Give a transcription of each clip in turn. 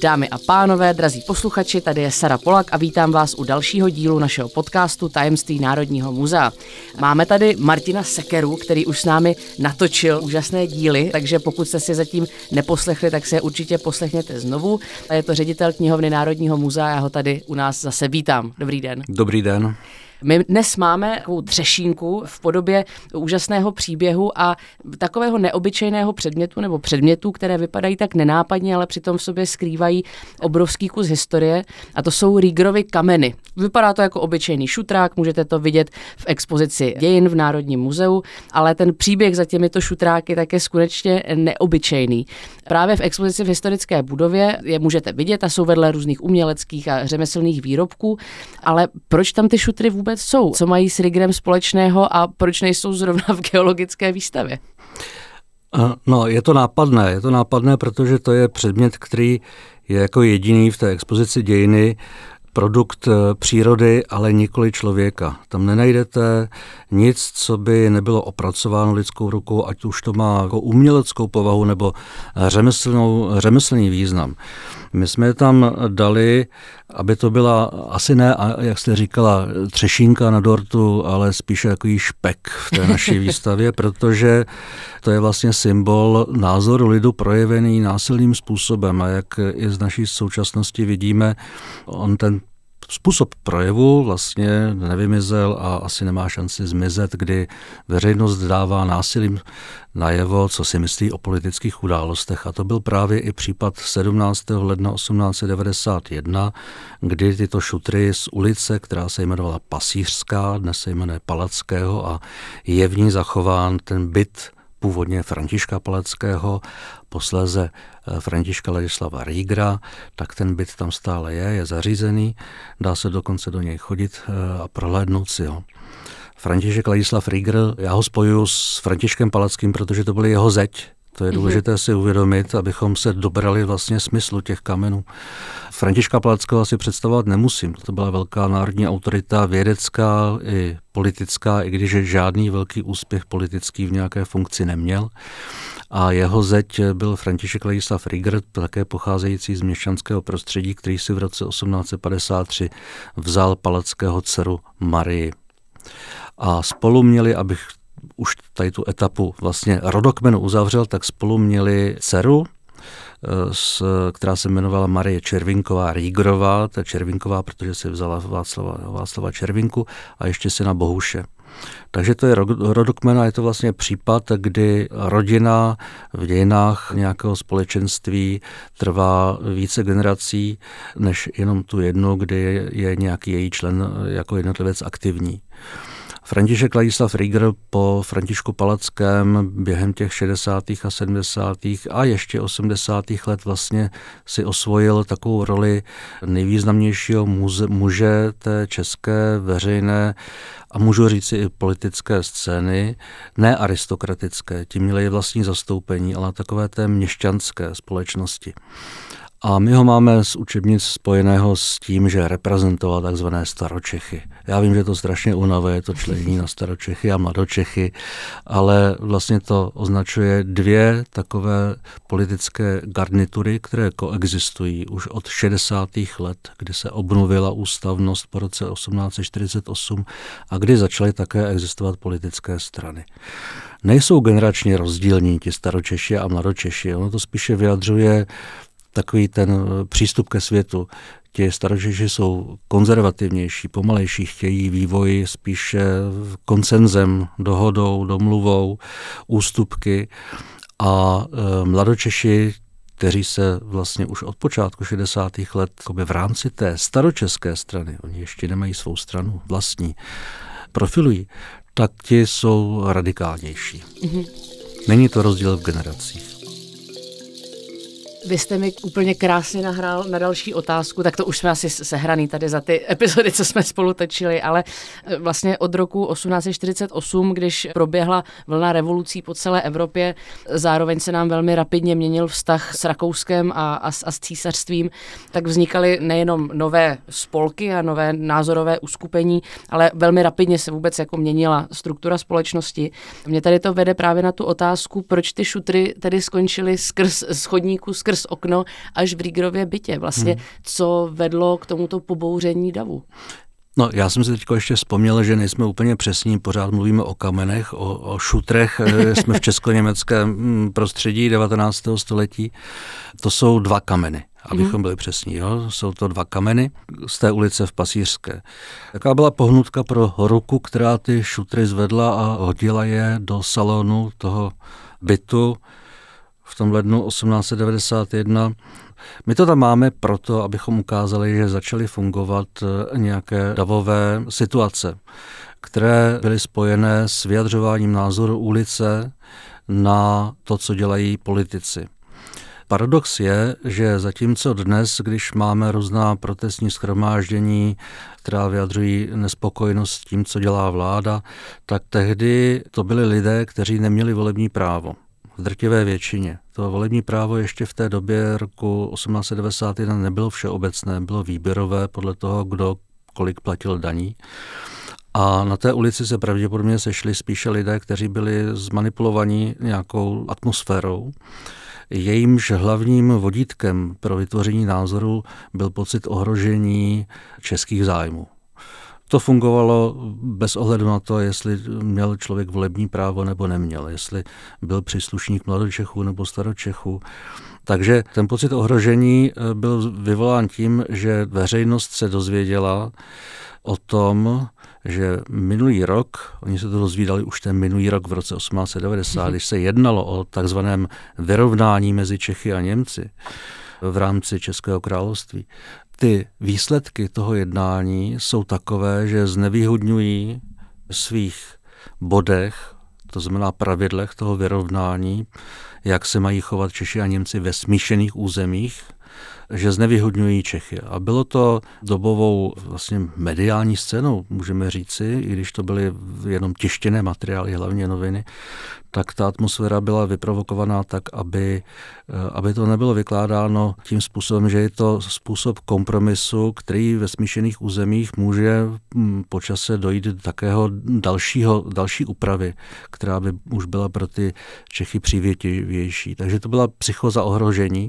Dámy a pánové, drazí posluchači, tady je Sara Polak a vítám vás u dalšího dílu našeho podcastu Tajemství Národního muzea. Máme tady Martina Sekeru, který už s námi natočil úžasné díly, takže pokud jste si zatím neposlechli, tak se je určitě poslechněte znovu. A je to ředitel knihovny Národního muzea, já ho tady u nás zase vítám. Dobrý den. Dobrý den. My dnes máme takovou třešínku v podobě úžasného příběhu a takového neobyčejného předmětu nebo předmětů, které vypadají tak nenápadně, ale přitom v sobě skrývají obrovský kus historie, a to jsou Riegerovy kameny. Vypadá to jako obyčejný šutrák, můžete to vidět v expozici dějin v Národním muzeu, ale ten příběh za těmito šutráky tak je skutečně neobyčejný. Právě v expozici v historické budově je můžete vidět a jsou vedle různých uměleckých a řemeslných výrobků, ale proč tam ty šutry vůbec jsou? Co mají s Riegerem společného a proč nejsou zrovna v geologické výstavě? No, je to nápadné, protože to je předmět, který je jako jediný v té expozici dějiny produkt přírody, ale nikoli člověka. Tam nenajdete nic, co by nebylo opracováno lidskou rukou, ať už to má jako uměleckou povahu nebo řemeslný význam. My jsme je tam dali, aby to byla asi ne, jak jste říkala, třešínka na dortu, ale spíše takový špek v té naší výstavě, protože to je vlastně symbol názoru lidu projevený násilným způsobem. A jak i z naší současnosti vidíme, on ten způsob projevu vlastně nevymizel a asi nemá šanci zmizet, kdy veřejnost dává násilím najevo, co si myslí o politických událostech. A to byl právě i případ 17. ledna 1891, kdy tyto šutry z ulice, která se jmenovala Pasířská, dnes se jmenuje Palackého a je v ní zachován ten byt původně Františka Palackého, posléze Františka Ladislava Riegera, tak ten byt tam stále je zařízený, dá se dokonce do něj chodit a prohlédnout si ho. František Ladislav Rieger, já ho spojuju s Františkem Palackým, protože to byly jeho zeď. To je důležité si uvědomit, abychom se dobrali vlastně smyslu těch kamenů. Františka Palackého si představovat nemusím. To byla velká národní autorita, vědecká i politická, i když žádný velký úspěch politický v nějaké funkci neměl. A jeho zeď byl František Ladislav Rieger, také pocházející z měšťanského prostředí, který si v roce 1853 vzal Palackého dceru Marii. A spolu měli, abych už tady tu etapu vlastně rodokmenu uzavřel, tak spolu měli dceru, která se jmenovala Marie Červinková Riegerová, ta Červinková, protože si vzala Václava Červinku, a ještě syna Bohuše. Takže to je rodokmen a je to vlastně případ, kdy rodina v dějinách nějakého společenství trvá více generací, než jenom tu jednu, kdy je nějaký její člen jako jednotlivec aktivní. František Ladislav Rieger po Františku Palackém během těch 60. a 70. a ještě 80. let vlastně si osvojil takovou roli nejvýznamnějšího muže té české veřejné a můžu říci i politické scény, ne aristokratické, ti měli vlastní zastoupení, ale takové té měšťanské společnosti. A my ho máme z učebnic spojeného s tím, že reprezentoval takzvané staročechy. Já vím, že je to strašně únavé, je to členění na staročechy a mladočechy, ale vlastně to označuje dvě takové politické garnitury, které koexistují už od 60. let, kdy se obnovila ústavnost po roce 1848 a kdy začaly také existovat politické strany. Nejsou generačně rozdílní ti staročeši a mladočeši, ono to spíše vyjadřuje takový ten přístup ke světu. Ti staročeši jsou konzervativnější, pomalejší, chtějí vývoj spíše konsenzem, dohodou, domluvou, ústupky, a mladočeši, kteří se vlastně už od počátku 60. let v rámci té staročeské strany, oni ještě nemají svou stranu vlastní, profilují, tak ti jsou radikálnější. Není to rozdíl v generacích. Vy jste mi úplně krásně nahrál na další otázku, tak to už jsme asi sehraný tady za ty epizody, co jsme spolu točili, ale vlastně od roku 1848, když proběhla vlna revolucí po celé Evropě, zároveň se nám velmi rapidně měnil vztah s Rakouskem a s císařstvím, tak vznikaly nejenom nové spolky a nové názorové uskupení, ale velmi rapidně se vůbec jako měnila struktura společnosti. Mě tady to vede právě na tu otázku, proč ty šutry tedy skončily skrz chodníku, skrz skrz okno až v Riegerově bytě. Vlastně, co vedlo k tomuto pobouření davu? No, já jsem si teď ještě vzpomněl, že nejsme úplně přesní, pořád mluvíme o kamenech, o šutrech, jsme v česko-německém prostředí 19. století. To jsou 2 kameny, abychom byli přesní. Jo? Jsou to 2 kameny z té ulice v Pasířské. Jaká byla pohnutka pro ruku, která ty šutry zvedla a hodila je do salonu toho bytu v tom lednu 1891. My to tam máme proto, abychom ukázali, že začaly fungovat nějaké davové situace, které byly spojené s vyjadřováním názoru ulice na to, co dělají politici. Paradox je, že zatímco dnes, když máme různá protestní shromáždění, která vyjadřují nespokojenost s tím, co dělá vláda, tak tehdy to byli lidé, kteří neměli volební právo. V drtivé většině. To volební právo ještě v té době roku 1891 nebylo všeobecné, bylo výběrové podle toho, kdo kolik platil daní. A na té ulici se pravděpodobně sešli spíše lidé, kteří byli zmanipulovaní nějakou atmosférou. Jejímž hlavním vodítkem pro vytvoření názoru byl pocit ohrožení českých zájmů. To fungovalo bez ohledu na to, jestli měl člověk volební právo nebo neměl, jestli byl příslušník mladočechů nebo staročechů. Takže ten pocit ohrožení byl vyvolán tím, že veřejnost se dozvěděla o tom, že minulý rok, oni se to dozvídali už ten minulý rok v roce 1890, když se jednalo o takzvaném vyrovnání mezi Čechy a Němci v rámci Českého království. Ty výsledky toho jednání jsou takové, že znevýhodňují svých bodech, to znamená pravidlech toho vyrovnání, jak se mají chovat Češi a Němci ve smíšených územích, že znevýhodňují Čechy. A bylo to dobovou vlastně mediální scénou, můžeme říci, i když to byly jenom tištěné materiály, hlavně noviny, tak ta atmosféra byla vyprovokovaná tak, aby to nebylo vykládáno tím způsobem, že je to způsob kompromisu, který ve smíšených územích může po čase dojít do takého další úpravy, která by už byla pro ty Čechy přívětivější. Takže to byla psychóza ohrožení.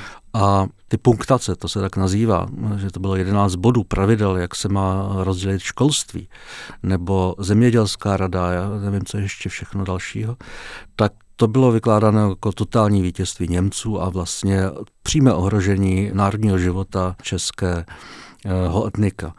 A ty punktace, to se tak nazývá, že to bylo 11 bodů pravidel, jak se má rozdělit školství, nebo zemědělská rada, já nevím, co ještě všechno dalšího, tak to bylo vykládáno jako totální vítězství Němců a vlastně přímé ohrožení národního života českého etnika.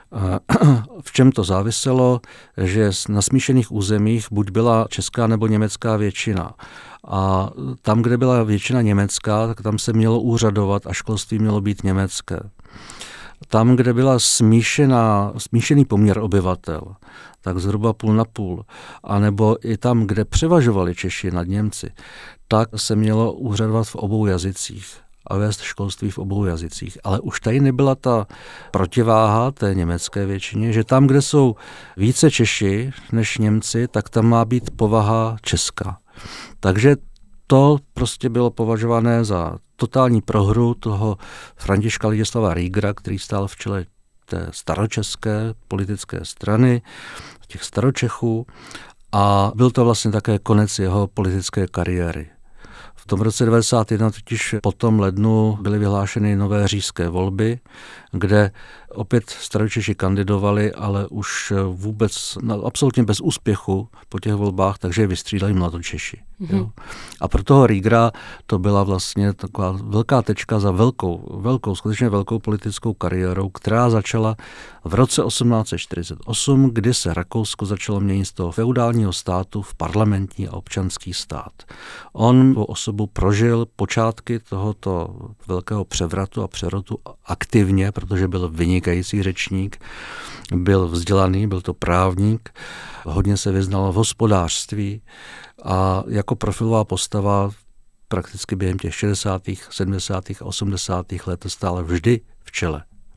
V čem to záviselo, že na smíšených územích buď byla česká nebo německá většina. A tam, kde byla většina německá, tak tam se mělo úřadovat a školství mělo být německé. Tam, kde byla smíšený poměr obyvatel, tak zhruba půl na půl, anebo i tam, kde převažovali Češi nad Němci, tak se mělo úřadovat v obou jazycích a vést školství v obou jazycích. Ale už tady nebyla ta protiváha té německé většině, že tam, kde jsou více Češi než Němci, tak tam má být povaha česká. Takže to prostě bylo považované za totální prohru toho Františka Ladislava Riegera, který stál v čele té staročeské politické strany, těch staročechů, a byl to vlastně také konec jeho politické kariéry. V tom roce 1991 totiž po tom lednu byly vyhlášeny nové říšské volby, kde opět staročeši kandidovali, ale už vůbec absolutně bez úspěchu po těch volbách, takže je vystřídali mladočeši. Jo. A pro toho Riegera to byla vlastně taková velká tečka za skutečně velkou politickou kariérou, která začala v roce 1848, kdy se Rakousko začalo měnit z toho feudálního státu v parlamentní a občanský stát. On po osobu prožil počátky tohoto velkého převratu a přerotu aktivně, protože byl vynikající řečník, byl vzdělaný, byl to právník, hodně se vyznal v hospodářství a jako profilová postava prakticky během těch 60., 70. a 80. let stále vždy v čele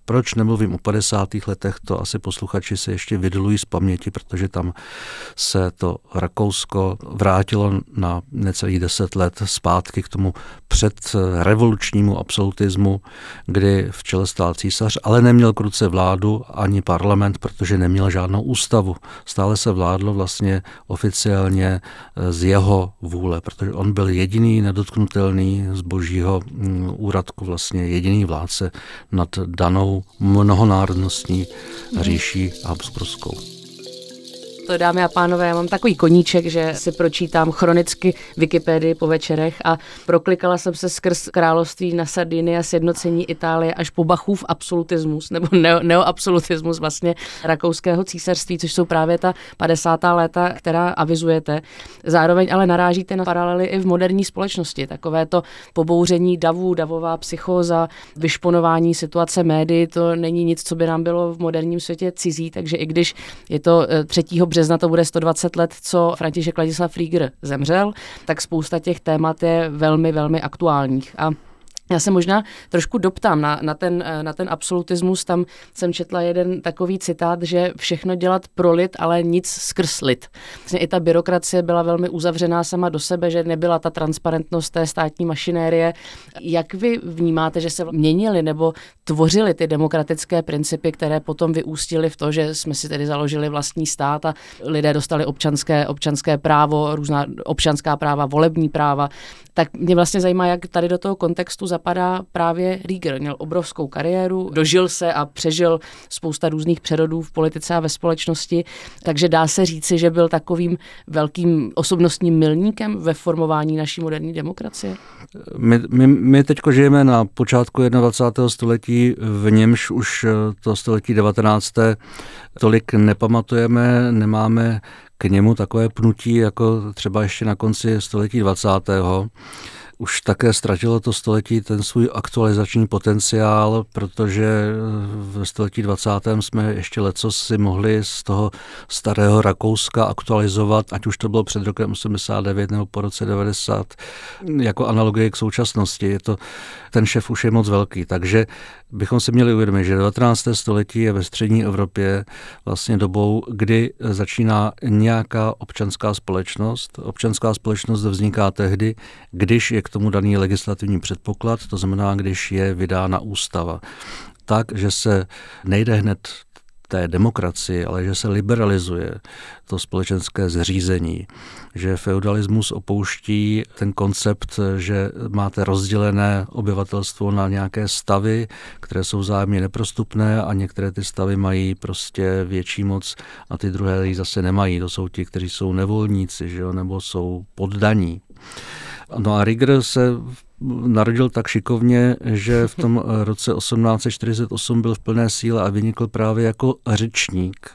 Proč nemluvím o 50. letech, to asi posluchači se ještě vydolují z paměti, protože tam se to Rakousko vrátilo na necelých 10 let zpátky k tomu předrevolučnímu absolutismu, kdy v čele stál císař, ale neměl k ruce vládu ani parlament, protože neměl žádnou ústavu. Stále se vládlo vlastně oficiálně z jeho vůle, protože on byl jediný nedotknutelný z božího úradku, vlastně jediný vládce nad danou mnohonárodnostní říší habsburskou. To, dámy a pánové, já mám takový koníček, že si pročítám chronicky Wikipedii po večerech a proklikala jsem se skrz království na Sardinii a sjednocení Itálie až po Bachův absolutismus, nebo neoabsolutismus vlastně rakouského císařství, což jsou právě ta 50. léta, která avizujete. Zároveň ale narážíte na paralely i v moderní společnosti. Takové to pobouření davů, davová psychóza, vyšponování situace médií, to není nic, co by nám bylo v moderním světě cizí, takže i když je to 3. března, to bude 120 let, co František Ladislav Rieger zemřel, tak spousta těch témat je velmi, velmi aktuálních. A já se možná trošku doptám na ten absolutismus. Tam jsem četla jeden takový citát, že všechno dělat pro lid, ale nic skrz lid. Vlastně i ta byrokracie byla velmi uzavřená sama do sebe, že nebyla ta transparentnost té státní mašinérie. Jak vy vnímáte, že se měnily nebo tvořily ty demokratické principy, které potom vyústily v to, že jsme si tedy založili vlastní stát a lidé dostali občanské právo, různá občanská práva, volební práva. Tak mě vlastně zajímá, jak tady do toho kontextu zapadá právě Rieger. Měl obrovskou kariéru, dožil se a přežil spousta různých přerodů v politice a ve společnosti, takže dá se říci, že byl takovým velkým osobnostním milníkem ve formování naší moderní demokracie. My teď žijeme na počátku 21. století, v němž už to století 19. tolik nepamatujeme, nemáme k němu takové pnutí, jako třeba ještě na konci století 20. Už také ztratilo to století ten svůj aktualizační potenciál, protože v století 20. jsme ještě lecos si mohli z toho starého Rakouska aktualizovat, ať už to bylo před rokem 89 nebo po roce 90, jako analogie k současnosti. Ten šef už je moc velký, takže bychom si měli uvědomit, že 19. století je ve střední Evropě vlastně dobou, kdy začíná nějaká občanská společnost. Občanská společnost vzniká tehdy, když je k tomu daný legislativní předpoklad, to znamená, když je vydána ústava. Tak, že se nejde hned té demokracii, ale že se liberalizuje to společenské zřízení, že feudalismus opouští ten koncept, že máte rozdělené obyvatelstvo na nějaké stavy, které jsou vzájemně neprostupné a některé ty stavy mají prostě větší moc a ty druhé ji zase nemají. To jsou ti, kteří jsou nevolníci, že jo, nebo jsou poddaní. No a Rieger se narodil tak šikovně, že v tom roce 1848 byl v plné síle a vynikl právě jako řečník.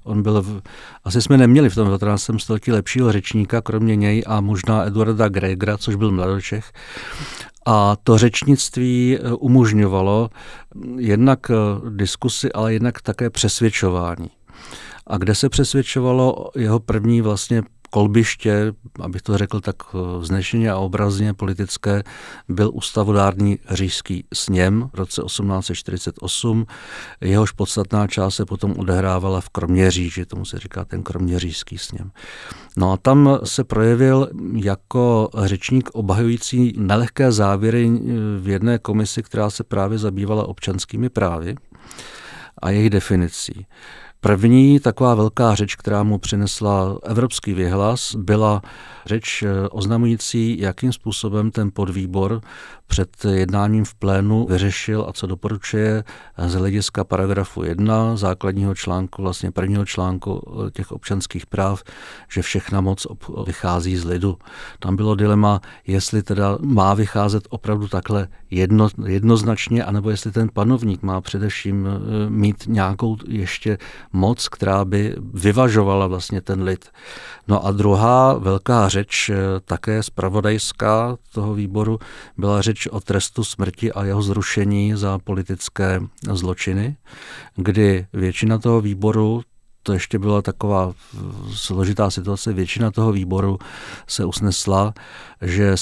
Asi jsme neměli v tom 19. století lepšího řečníka, kromě něj a možná Eduarda Gregera, což byl mladočech. A to řečnictví umožňovalo jednak diskusy, ale jednak také přesvědčování. A kde se přesvědčovalo jeho první vlastně kolbiště, abych to řekl tak vznešeně a obrazně politické, byl ústavodárný říšský sněm v roce 1848. Jehož podstatná část se potom odehrávala v Kroměříži, tomu se říká ten kroměřížský sněm. No a tam se projevil jako řečník obhajující nelehké závěry v jedné komisi, která se právě zabývala občanskými právy a jejich definicí. První taková velká řeč, která mu přinesla evropský věhlas, byla řeč oznamující, jakým způsobem ten podvýbor před jednáním v plénu vyřešil a co doporučuje z hlediska paragrafu 1 základního článku, vlastně prvního článku těch občanských práv, že všechna moc vychází z lidu. Tam bylo dilema, jestli teda má vycházet opravdu takhle jednoznačně, anebo jestli ten panovník má především mít nějakou ještě moc, která by vyvažovala vlastně ten lid. No a druhá velká řeč, také zpravodajská toho výboru, byla řeč o trestu smrti a jeho zrušení za politické zločiny, kdy většina toho výboru to ještě byla taková složitá situace. Většina toho výboru se usnesla, že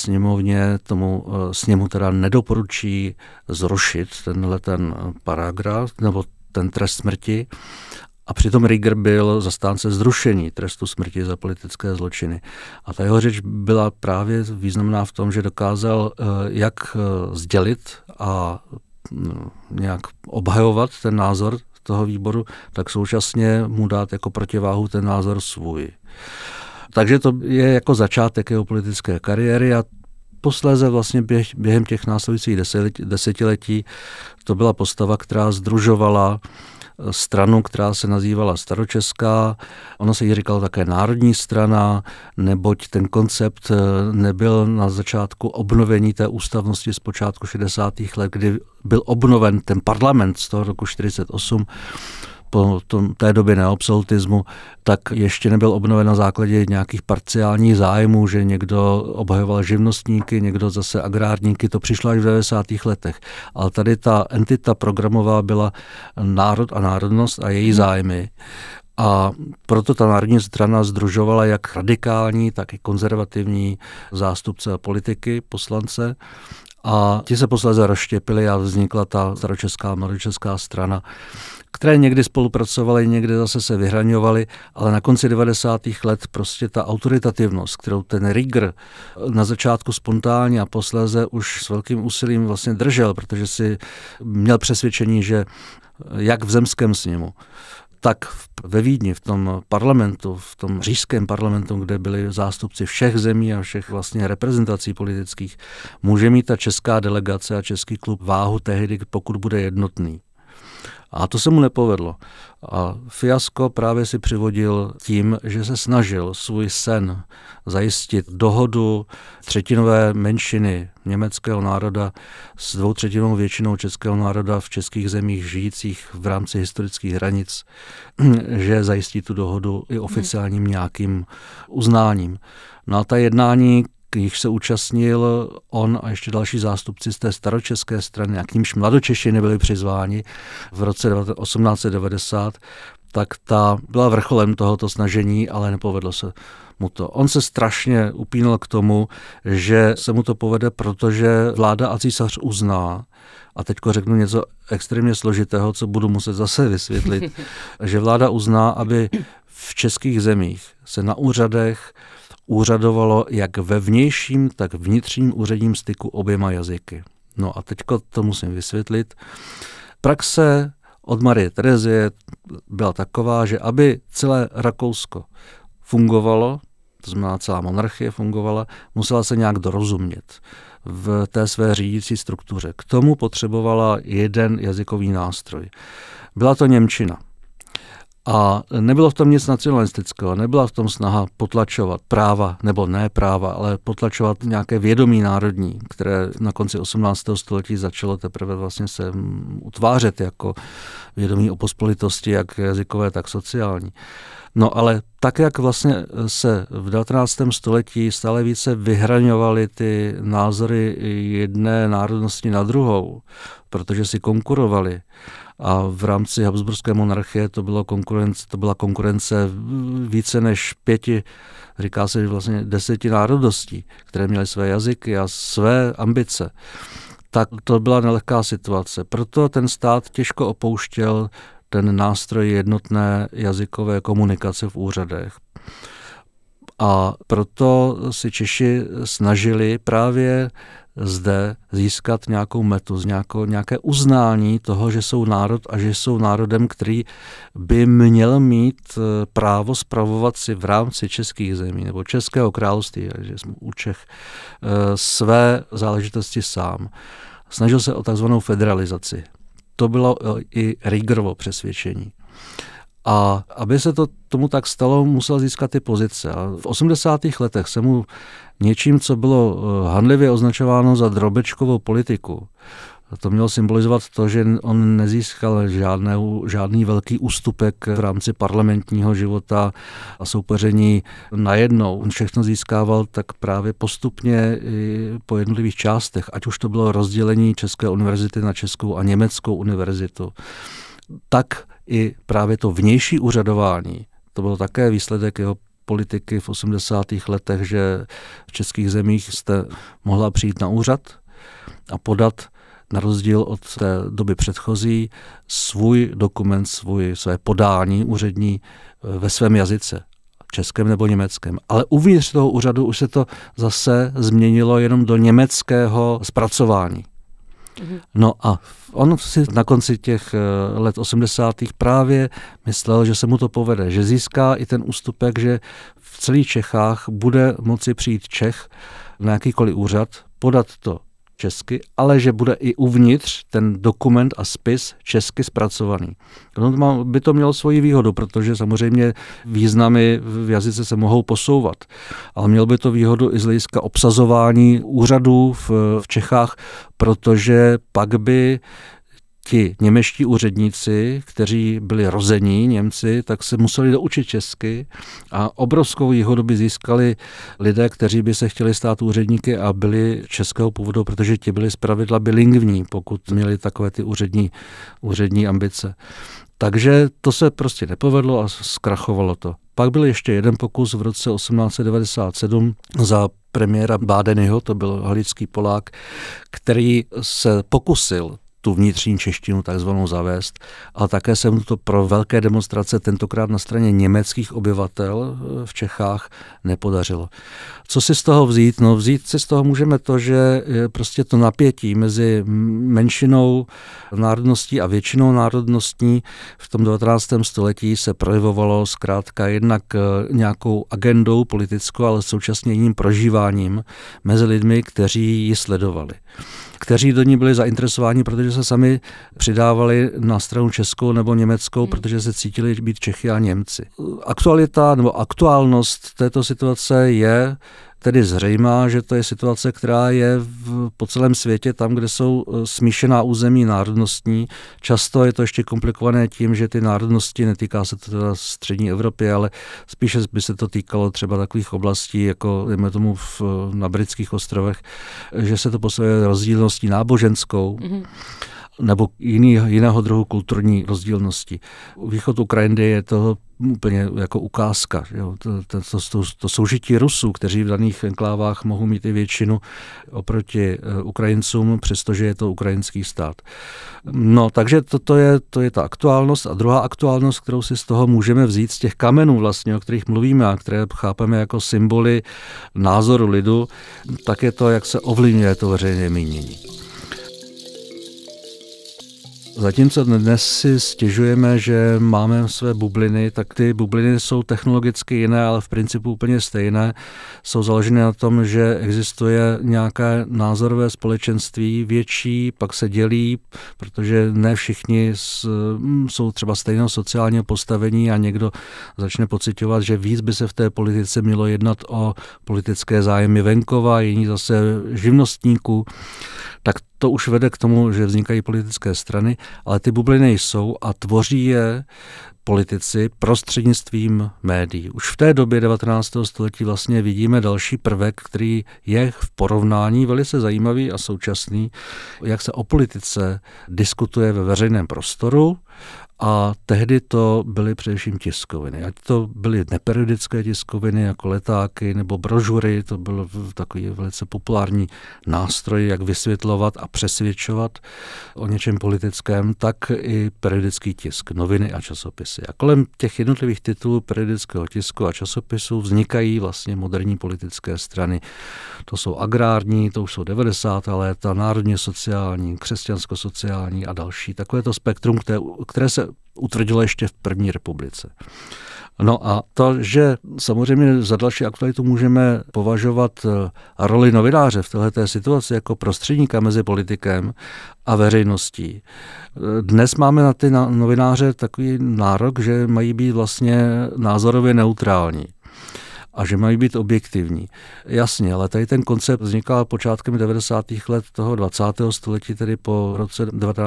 sněmu teda nedoporučí zrušit ten paragraf nebo ten trest smrti. A přitom Rieger byl zastánce zrušení trestu smrti za politické zločiny. A ta jeho řeč byla právě významná v tom, že dokázal jak sdělit a nějak obhajovat ten názor toho výboru, tak současně mu dát jako protiváhu ten názor svůj. Takže to je jako začátek jeho politické kariéry a posléze vlastně během těch následujících desetiletí to byla postava, která sdružovala stranu, která se nazývala Staročeská. Ono se jí říkalo také Národní strana, neboť ten koncept nebyl na začátku obnovení té ústavnosti z počátku 60. let, kdy byl obnoven ten parlament z toho roku 48, po té době neabsolutismu, tak ještě nebyl obnoven na základě nějakých parciálních zájmů, že někdo obhajoval živnostníky, někdo zase agrárníky, to přišlo až v 90. letech. Ale tady ta entita programová byla národ a národnost a její zájmy. A proto ta Národní strana sdružovala jak radikální, tak i konzervativní zástupce politiky, poslance. A ti se posléze rozštěpili a vznikla ta staročeská a mladočeská strana, které někdy spolupracovaly, někdy zase se vyhraňovaly, ale na konci 90. let prostě ta autoritativnost, kterou ten Rieger na začátku spontánně a posléze už s velkým úsilím vlastně držel, protože si měl přesvědčení, že jak v zemském sněmu, tak ve Vídni, v tom parlamentu, v tom říšském parlamentu, kde byli zástupci všech zemí a všech vlastně reprezentací politických, může mít ta česká delegace a český klub váhu tehdy, pokud bude jednotný. A to se mu nepovedlo. A fiasko právě si přivodil tím, že se snažil svůj sen zajistit dohodu třetinové menšiny německého národa s 2/3 většinou českého národa v českých zemích žijících v rámci historických hranic, že zajistí tu dohodu i oficiálním nějakým uznáním. No a ta jednání, jich se účastnil on a ještě další zástupci z té staročeské strany, a k nímž mladočeši nebyli přizváni v roce 1890, tak ta byla vrcholem tohoto snažení, ale nepovedlo se mu to. On se strašně upínal k tomu, že se mu to povede, protože vláda a císař uzná, a teďko řeknu něco extrémně složitého, co budu muset zase vysvětlit, že vláda uzná, aby v českých zemích se na úřadech úřadovalo jak ve vnějším, tak vnitřním úředním styku oběma jazyky. No a teďko to musím vysvětlit. Praxe od Marie Terezie byla taková, že aby celé Rakousko fungovalo, to znamená celá monarchie fungovala, musela se nějak dorozumět v té své řídící struktuře. K tomu potřebovala jeden jazykový nástroj. Byla to němčina. A nebylo v tom nic nacionalistického, nebyla v tom snaha potlačovat práva, nebo ne práva, ale potlačovat nějaké vědomí národní, které na konci 18. století začalo teprve vlastně se utvářet jako vědomí o pospolitosti, jak jazykové, tak sociální. No ale tak, jak vlastně se v 19. století stále více vyhraňovaly ty názory jedné národnosti na druhou, protože si konkurovali, a v rámci habsburské monarchie to byla konkurence více než 5, říká se, že vlastně 10 národností, které měly své jazyky a své ambice. Tak to byla nelehká situace. Proto ten stát těžko opouštěl ten nástroj jednotné jazykové komunikace v úřadech. A proto si Češi snažili právě zde získat nějakou metu, nějaké uznání toho, že jsou národ a že jsou národem, který by měl mít právo spravovat si v rámci českých zemí nebo Českého království, že jsme u Čech, své záležitosti sám. Snažil se o takzvanou federalizaci. To bylo i Riegerovo přesvědčení. A aby se tomu tak stalo, musel získat ty pozice. A v 80. letech se mu něčím, co bylo hanlivě označováno za drobečkovou politiku, to mělo symbolizovat to, že on nezískal žádný velký ústupek v rámci parlamentního života a soupeření najednou. On všechno získával tak právě postupně po jednotlivých částech, ať už to bylo rozdělení České univerzity na Českou a Německou univerzitu. Tak i právě to vnější úřadování. To bylo také výsledek jeho politiky v 80. letech, že v českých zemích jste mohla přijít na úřad a podat na rozdíl od té doby předchozí svůj dokument, své podání úřední ve svém jazyce, českém nebo německém. Ale uvnitř toho úřadu už se to zase změnilo jenom do německého zpracování. No a on si na konci těch let 80. právě myslel, že se mu to povede, že získá i ten ústupek, že v celých Čechách bude moci přijít Čech na jakýkoliv úřad, podat to česky, ale že bude i uvnitř ten dokument a spis česky zpracovaný. No, by to mělo svoji výhodu, protože samozřejmě významy v jazyce se mohou posouvat, ale mělo by to výhodu i z hlediska obsazování úřadů v Čechách, protože pak by ti němečtí úředníci, kteří byli rození Němci, tak se museli doučit česky a obrovskou výhodu by získali lidé, kteří by se chtěli stát úředníky a byli českého původu, protože ti byli zpravidla bilingvní, pokud měli takové ty úřední ambice. Takže to se prostě nepovedlo a zkrachovalo to. Pak byl ještě jeden pokus v roce 1897 za premiéra Bádenyho, to byl halický Polák, který se pokusil tu vnitřní češtinu takzvanou zavést, ale také se mu to pro velké demonstrace, tentokrát na straně německých obyvatel v Čechách, nepodařilo. Co si z toho vzít? No vzít si z toho můžeme to, že prostě to napětí mezi menšinou národností a většinou národností v tom 19. století se projevovalo zkrátka jednak nějakou agendou politickou, ale současně jiným prožíváním mezi lidmi, kteří ji sledovali, kteří do ní byli zainteresováni, protože se sami přidávali na stranu českou nebo německou, protože se cítili být Čechy a Němci. Aktualita nebo aktuálnost této situace je tedy zřejmá, že to je situace, která je po celém světě, tam, kde jsou smíšená území národnostní. Často je to ještě komplikované tím, že ty národnosti, netýká se to teda střední Evropy, ale spíše by se to týkalo třeba takových oblastí, jako dejme tomu na Britských ostrovech, že se to posiluje rozdílností náboženskou, nebo jiného druhu kulturní rozdílnosti. Východ Ukrajiny je to úplně jako ukázka. Jo. To soužití Rusů, kteří v daných enklávách mohou mít i většinu oproti Ukrajincům, přestože je to ukrajinský stát. No, takže to je ta aktuálnost. A druhá aktuálnost, kterou si z toho můžeme vzít, z těch kamenů vlastně, o kterých mluvíme a které chápeme jako symboly názoru lidu, tak je to, jak se ovlivňuje to veřejné mínění. Zatímco dnes si stěžujeme, že máme své bubliny, tak ty bubliny jsou technologicky jiné, ale v principu úplně stejné. Jsou založeny na tom, že existuje nějaké názorové společenství větší, pak se dělí, protože ne všichni jsou třeba stejného sociálního postavení a někdo začne pociťovat, že víc by se v té politice mělo jednat o politické zájmy venkova, jiní zase živnostníků. Tak to už vede k tomu, že vznikají politické strany, ale ty bubliny jsou a tvoří je politici prostřednictvím médií. Už v té době 19. století vlastně vidíme další prvek, který je v porovnání velice zajímavý a současný, jak se o politice diskutuje ve veřejném prostoru. A tehdy to byly především tiskoviny. Ať to byly neperiodické tiskoviny jako letáky nebo brožury, to byl takový velice populární nástroj, jak vysvětlovat a přesvědčovat o něčem politickém, tak i periodický tisk, noviny a časopisy. A kolem těch jednotlivých titulů periodického tisku a časopisů vznikají vlastně moderní politické strany. To jsou agrární, to už jsou 90. léta, národně sociální, křesťansko-sociální a další. Takové to spektrum, které se utvrdilo ještě v první republice. No a to, že samozřejmě za další aktualitu můžeme považovat roli novináře v této situaci jako prostředníka mezi politikem a veřejností. Dnes máme na ty novináře takový nárok, že mají být vlastně názorově neutrální a že mají být objektivní. Jasně, ale tady ten koncept vznikal počátkem 90. let toho 20. století, tedy po roce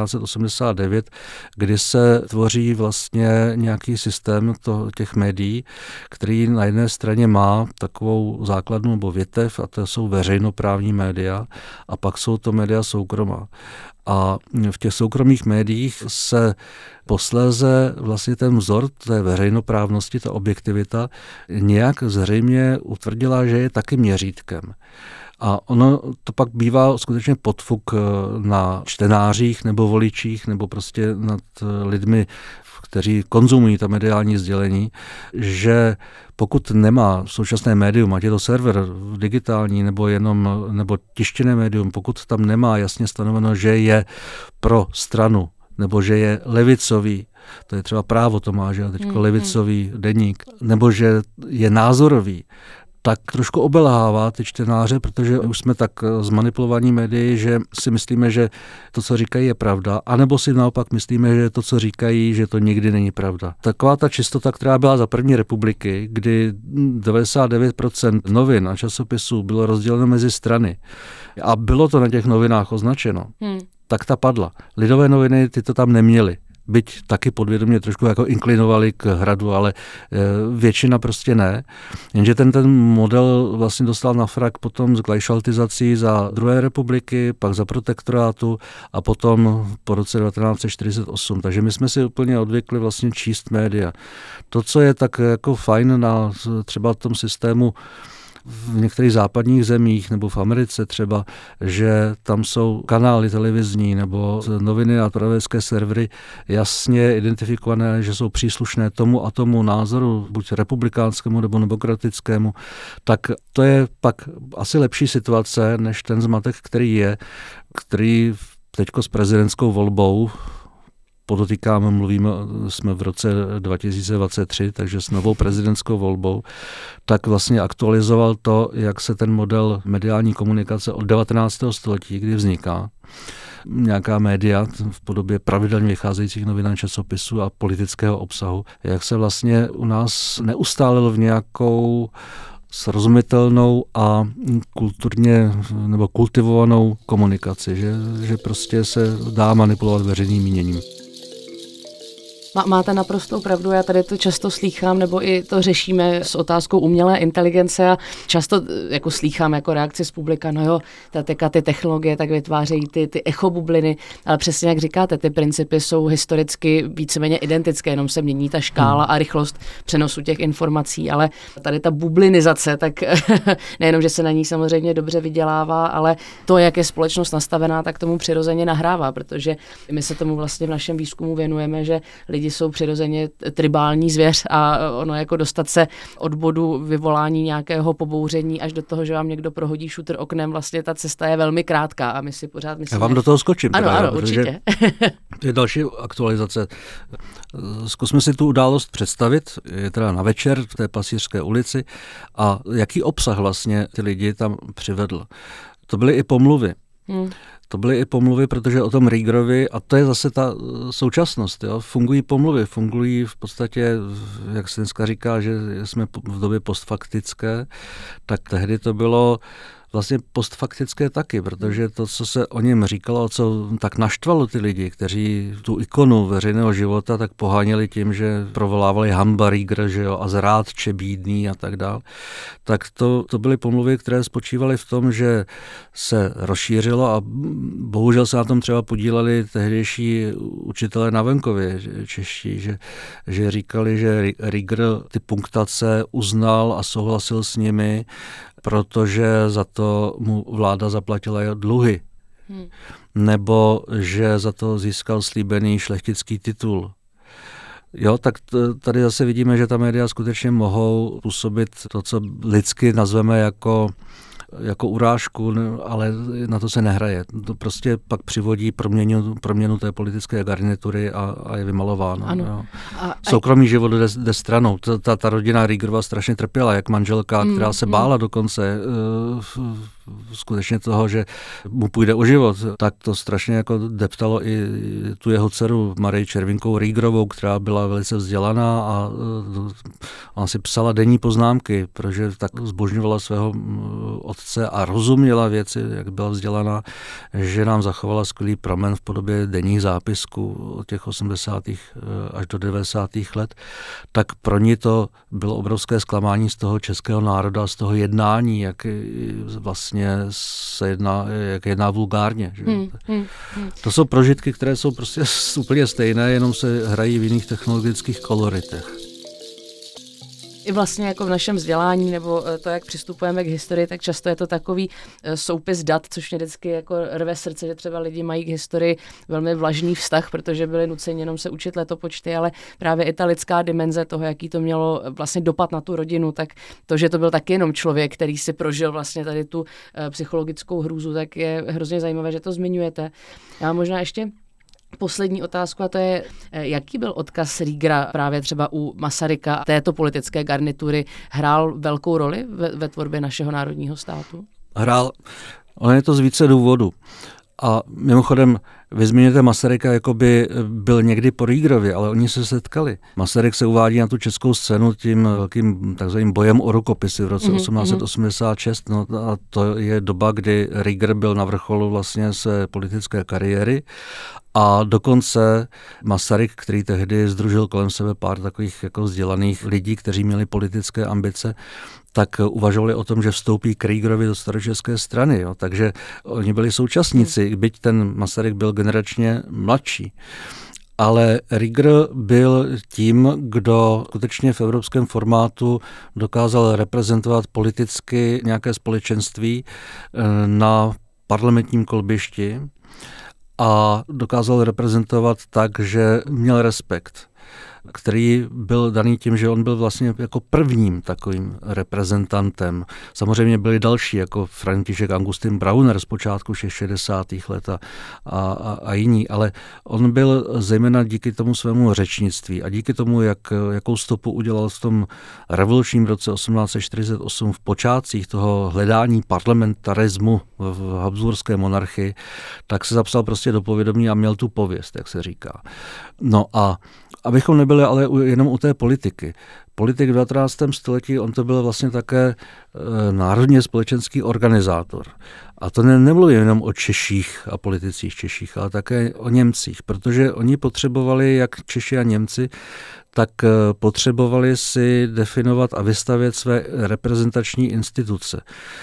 1989, kdy se tvoří vlastně nějaký systém těch médií, který na jedné straně má takovou základnu nebo větev, a to jsou veřejnoprávní média, a pak jsou to média soukromá. A v těch soukromých médiích se posléze vlastně ten vzor té veřejnoprávnosti, ta objektivita, nějak zřejmě utvrdila, že je taky měřítkem. A ono to pak bývá skutečně podfuk na čtenářích nebo voličích nebo prostě nad lidmi, kteří konzumují ta mediální sdělení, že pokud nemá současné médium, ať je to server digitální nebo tištěné médium, pokud tam nemá jasně stanoveno, že je pro stranu nebo že je levicový, to je třeba Právo to má, že teďko levicový deník, nebo že je názorový, tak trošku obelhává ty čtenáře, protože už jsme tak zmanipulovaní médii, že si myslíme, že to, co říkají, je pravda, anebo si naopak myslíme, že to, co říkají, že to nikdy není pravda. Taková ta čistota, která byla za první republiky, kdy 99% novin a časopisů bylo rozděleno mezi strany a bylo to na těch novinách označeno, tak ta padla. Lidové noviny ty to tam neměly. Byť taky podvědomě trošku jako inklinovali k Hradu, ale většina prostě ne. Jenže ten model vlastně dostal na frak potom s glajšaltizací za druhé republiky, pak za protektorátu a potom po roce 1948. Takže my jsme si úplně odvykli vlastně číst média. To, co je tak jako fajn na třeba tom systému v některých západních zemích nebo v Americe třeba, že tam jsou kanály televizní nebo noviny a zpravodajské servery jasně identifikované, že jsou příslušné tomu a tomu názoru, buď republikánskému nebo demokratickému, tak to je pak asi lepší situace, než ten zmatek, který teďko s prezidentskou volbou, podotýkáme, jsme v roce 2023, takže s novou prezidentskou volbou, tak vlastně aktualizoval to, jak se ten model mediální komunikace od 19. století, kdy vzniká, nějaká média v podobě pravidelně vycházejících novin a časopisů a politického obsahu, jak se vlastně u nás neustálilo v nějakou srozumitelnou a kulturně nebo kultivovanou komunikaci, že prostě se dá manipulovat veřejným míněním. Máte naprostou pravdu, já tady to často slýchám, nebo i to řešíme s otázkou umělé inteligence a často jako slýchám jako reakci z publika, no jo, ty technologie tak vytvářejí ty echobubliny, ale přesně jak říkáte, ty principy jsou historicky víceméně identické, jenom se mění ta škála a rychlost přenosu těch informací, ale tady ta bublinizace, tak nejenom, že se na ní samozřejmě dobře vydělává, ale to, jak je společnost nastavená, tak tomu přirozeně nahrává, protože my se tomu vlastně v našem výzkumu věnujeme, že lidi jsou přirozeně tribální zvěř a ono jako dostat se od bodu vyvolání nějakého pobouření až do toho, že vám někdo prohodí šutr oknem, vlastně ta cesta je velmi krátká a my si pořád myslíme... Já vám do toho skočím. Ano, určitě. To je další aktualizace. Zkusme si tu událost představit, je teda na večer v té Pasířské ulici a jaký obsah vlastně ty lidi tam přivedl. To byly i pomluvy. To byly i pomluvy, protože o tom Riegerovi, a to je zase ta současnost, jo, fungují v podstatě, jak se dneska říká, že jsme v době postfaktické, tak tehdy to bylo vlastně postfaktické taky, protože to, co se o něm říkalo, co tak naštvalo ty lidi, kteří tu ikonu veřejného života tak poháněli tím, že provolávali hamba Rieger, že jo, a zrádče bídný a tak dál, tak to byly pomluvy, které spočívaly v tom, že se rozšířilo a bohužel se na tom třeba podíleli tehdejší učitelé na venkově čeští, že říkali, že Rieger ty punktace uznal a souhlasil s nimi, protože za to mu vláda zaplatila dluhy. Nebo že za to získal slíbený šlechtický titul. Jo, tak tady zase vidíme, že ta média skutečně mohou působit to, co lidsky nazveme jako urážku, ale na to se nehraje. To prostě pak přivodí proměnu té politické garnitury a je vymalováno. Ano. Soukromý život jde stranou. Ta rodina Riegerova strašně trpěla, jak manželka, která se bála dokonce skutečně toho, že mu půjde o život, tak to strašně jako deptalo i tu jeho dceru Marii Červinkovou Riegerovou, která byla velice vzdělaná a ona si psala denní poznámky, protože tak zbožňovala svého otce a rozuměla věci, jak byla vzdělaná, že nám zachovala skvělý pramen v podobě denních zápisků od těch 80. až do 90. let, tak pro ní to bylo obrovské zklamání z toho českého národa, z toho jednání, jak vlastně vlastně jak jedná vulgárně. Že? To jsou prožitky, které jsou prostě úplně stejné, jenom se hrají v jiných technologických koloritech. I vlastně jako v našem vzdělání nebo to, jak přistupujeme k historii, tak často je to takový soupis dat, což mě vždycky jako rve srdce, že třeba lidi mají k historii velmi vlažný vztah, protože byli nuceni jenom se učit letopočty, ale právě i ta lidská dimenze toho, jaký to mělo vlastně dopad na tu rodinu, tak to, že to byl taky jenom člověk, který si prožil vlastně tady tu psychologickou hrůzu, tak je hrozně zajímavé, že to zmiňujete. Já možná ještě poslední otázku, a to je, jaký byl odkaz Riegera právě třeba u Masaryka této politické garnitury, hrál velkou roli ve tvorbě našeho národního státu? Hrál. Ono je to z více důvodů. A mimochodem, vy zmiňujete Masaryka, jako by byl někdy po Riegerovi, ale oni se setkali. Masaryk se uvádí na tu českou scénu tím velkým takzvaným bojem o rukopisy v roce 1886. No a to je doba, kdy Rieger byl na vrcholu vlastně své politické kariéry. A dokonce Masaryk, který tehdy sdružil kolem sebe pár takových jako vzdělaných lidí, kteří měli politické ambice, tak uvažovali o tom, že vstoupí k Riegerovi do staročeské strany. Jo. Takže oni byli současníci, byť ten Masaryk byl generačně mladší. Ale Rieger byl tím, kdo skutečně v evropském formátu dokázal reprezentovat politicky nějaké společenství na parlamentním kolbišti a dokázal reprezentovat tak, že měl respekt, který byl daný tím, že on byl vlastně jako prvním takovým reprezentantem. Samozřejmě byli další, jako František Augustin Brauner z počátku 60. let a jiní, ale on byl zejména díky tomu svému řečnictví a díky tomu, jakou stopu udělal v tom revolučním roce 1848 v počátcích toho hledání parlamentarismu v habsburské monarchii, tak se zapsal prostě do povědomí a měl tu pověst, jak se říká. No a abychom nebyli ale jenom u té politiky. Politik v 19. století, on to byl vlastně také národně společenský organizátor. A to nemluvím jenom o Češích a politicích Češích, ale také o Němcích, protože oni potřebovali, jak Češi a Němci, tak potřebovali si definovat a vystavět své reprezentační instituce.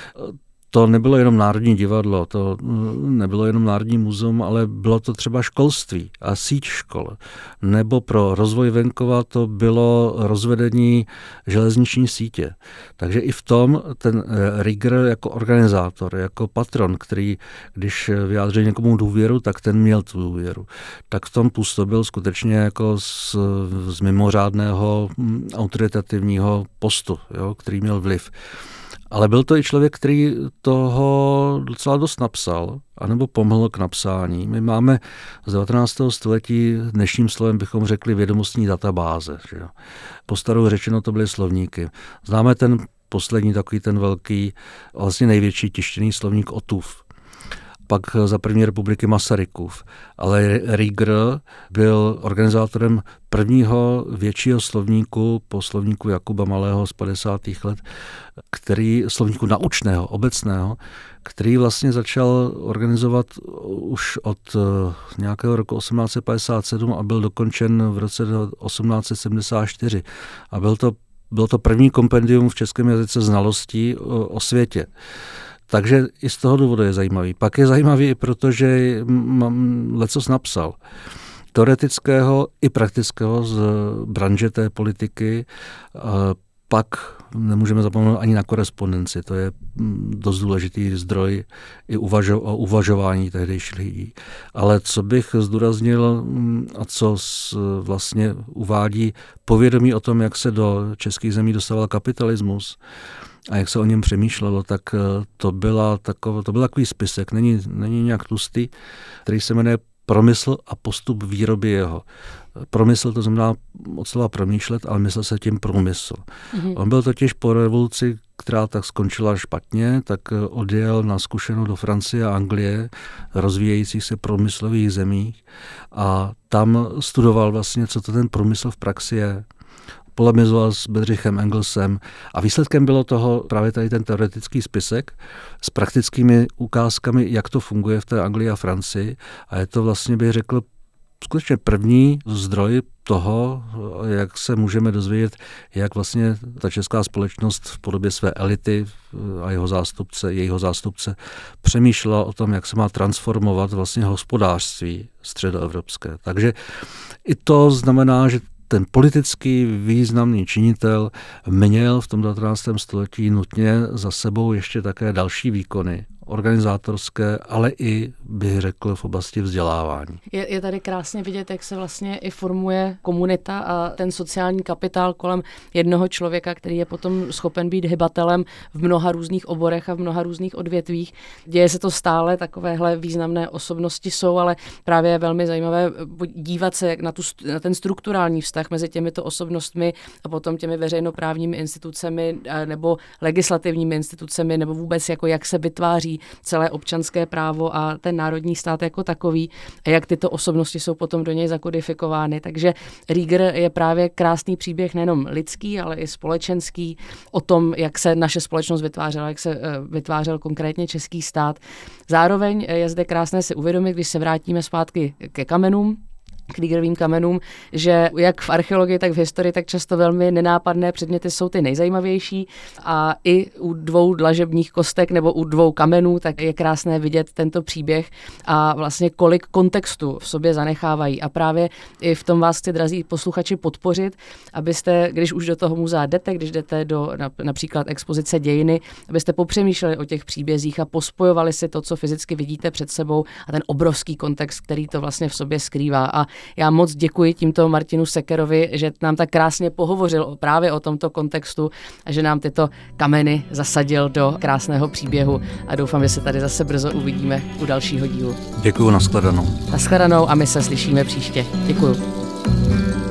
To nebylo jenom Národní divadlo, to nebylo jenom Národní muzeum, ale bylo to třeba školství a síť škol. Nebo pro rozvoj venkova to bylo rozvedení železniční sítě. Takže i v tom ten Rieger jako organizátor, jako patron, který když vyjádřil někomu důvěru, tak ten měl tu důvěru. Tak v tom působil skutečně jako z mimořádného autoritativního postu, jo, který měl vliv. Ale byl to i člověk, který toho docela dost napsal, anebo pomohl k napsání. My máme z 19. století, dnešním slovem bychom řekli vědomostní databáze. Že jo. Po starou řečeno to byly slovníky. Známe ten poslední, takový ten velký, vlastně největší tištěný slovník Ottův. Pak za první republiky Masarykův. Ale Rieger byl organizátorem prvního většího slovníku po slovníku Jakuba Malého z 50. let, slovníku naučného, obecného, který vlastně začal organizovat už od nějakého roku 1857 a byl dokončen v roce 1874. A bylo to první kompendium v českém jazyce znalostí o světě. Takže i z toho důvodu je zajímavý. Pak je zajímavý i proto, že lecos napsal. Teoretického i praktického z branže té politiky. Pak nemůžeme zapomenout ani na korespondenci. To je dost důležitý zdroj i uvažování tehdejších lidí. Ale co bych zdůraznil a co vlastně uvádí povědomí o tom, jak se do českých zemí dostával kapitalismus, a jak se o něm přemýšlelo, tak to byl takový spisek, není nějak tlustý, který se jmenuje Promysl a postup výroby jeho. Promysl to znamená od slova promýšlet, ale myslel se tím průmysl. On byl totiž po revoluci, která tak skončila špatně, tak odjel na zkušenou do Francie a Anglie, rozvíjejících se průmyslových zemích a tam studoval vlastně, co to ten průmysl v praxi je. Polemizoval s Bedřichem Engelsem a výsledkem bylo toho právě tady ten teoretický spisek s praktickými ukázkami, jak to funguje v té Anglii a Francii a je to vlastně, bych řekl, skutečně první zdroj toho, jak se můžeme dozvědět, jak vlastně ta česká společnost v podobě své elity a jejího zástupce přemýšlela o tom, jak se má transformovat vlastně hospodářství středoevropské. Takže i to znamená, že ten politický významný činitel měl v tom 19. století nutně za sebou ještě také další výkony organizátorské, ale i, bych řekl, v oblasti vzdělávání. Je tady krásně vidět, jak se vlastně i formuje komunita a ten sociální kapitál kolem jednoho člověka, který je potom schopen být hybatelem v mnoha různých oborech a v mnoha různých odvětvích. Děje se to stále, takovéhle významné osobnosti jsou, ale právě je velmi zajímavé dívat se na ten strukturální vztah mezi těmito osobnostmi a potom těmi veřejnoprávními institucemi nebo legislativními institucemi nebo vůbec jako jak se vytváří celé občanské právo a ten národní stát jako takový a jak tyto osobnosti jsou potom do něj zakodifikovány. Takže Rieger je právě krásný příběh nejenom lidský, ale i společenský o tom, jak se naše společnost vytvářela, jak se vytvářel konkrétně český stát. Zároveň je zde krásné si uvědomit, když se vrátíme zpátky ke kamenům, k Riegerovým kamenům, že jak v archeologii, tak v historii, tak často velmi nenápadné předměty jsou ty nejzajímavější a i u dvou dlažebních kostek nebo u dvou kamenů, tak je krásné vidět tento příběh a vlastně kolik kontextu v sobě zanechávají. A právě i v tom vás chci, drazí posluchači, podpořit, abyste, když už do toho muzea jdete, když jdete do například expozice dějiny, abyste popřemýšleli o těch příbězích a pospojovali si to, co fyzicky vidíte před sebou a ten obrovský kontext, který to vlastně v sobě skrývá. A já moc děkuji tímto Martinu Sekerovi, že nám tak krásně pohovořil právě o tomto kontextu a že nám tyto kameny zasadil do krásného příběhu a doufám, že se tady zase brzo uvidíme u dalšího dílu. Děkuju, nashledanou. Nashledanou a my se slyšíme příště. Děkuju.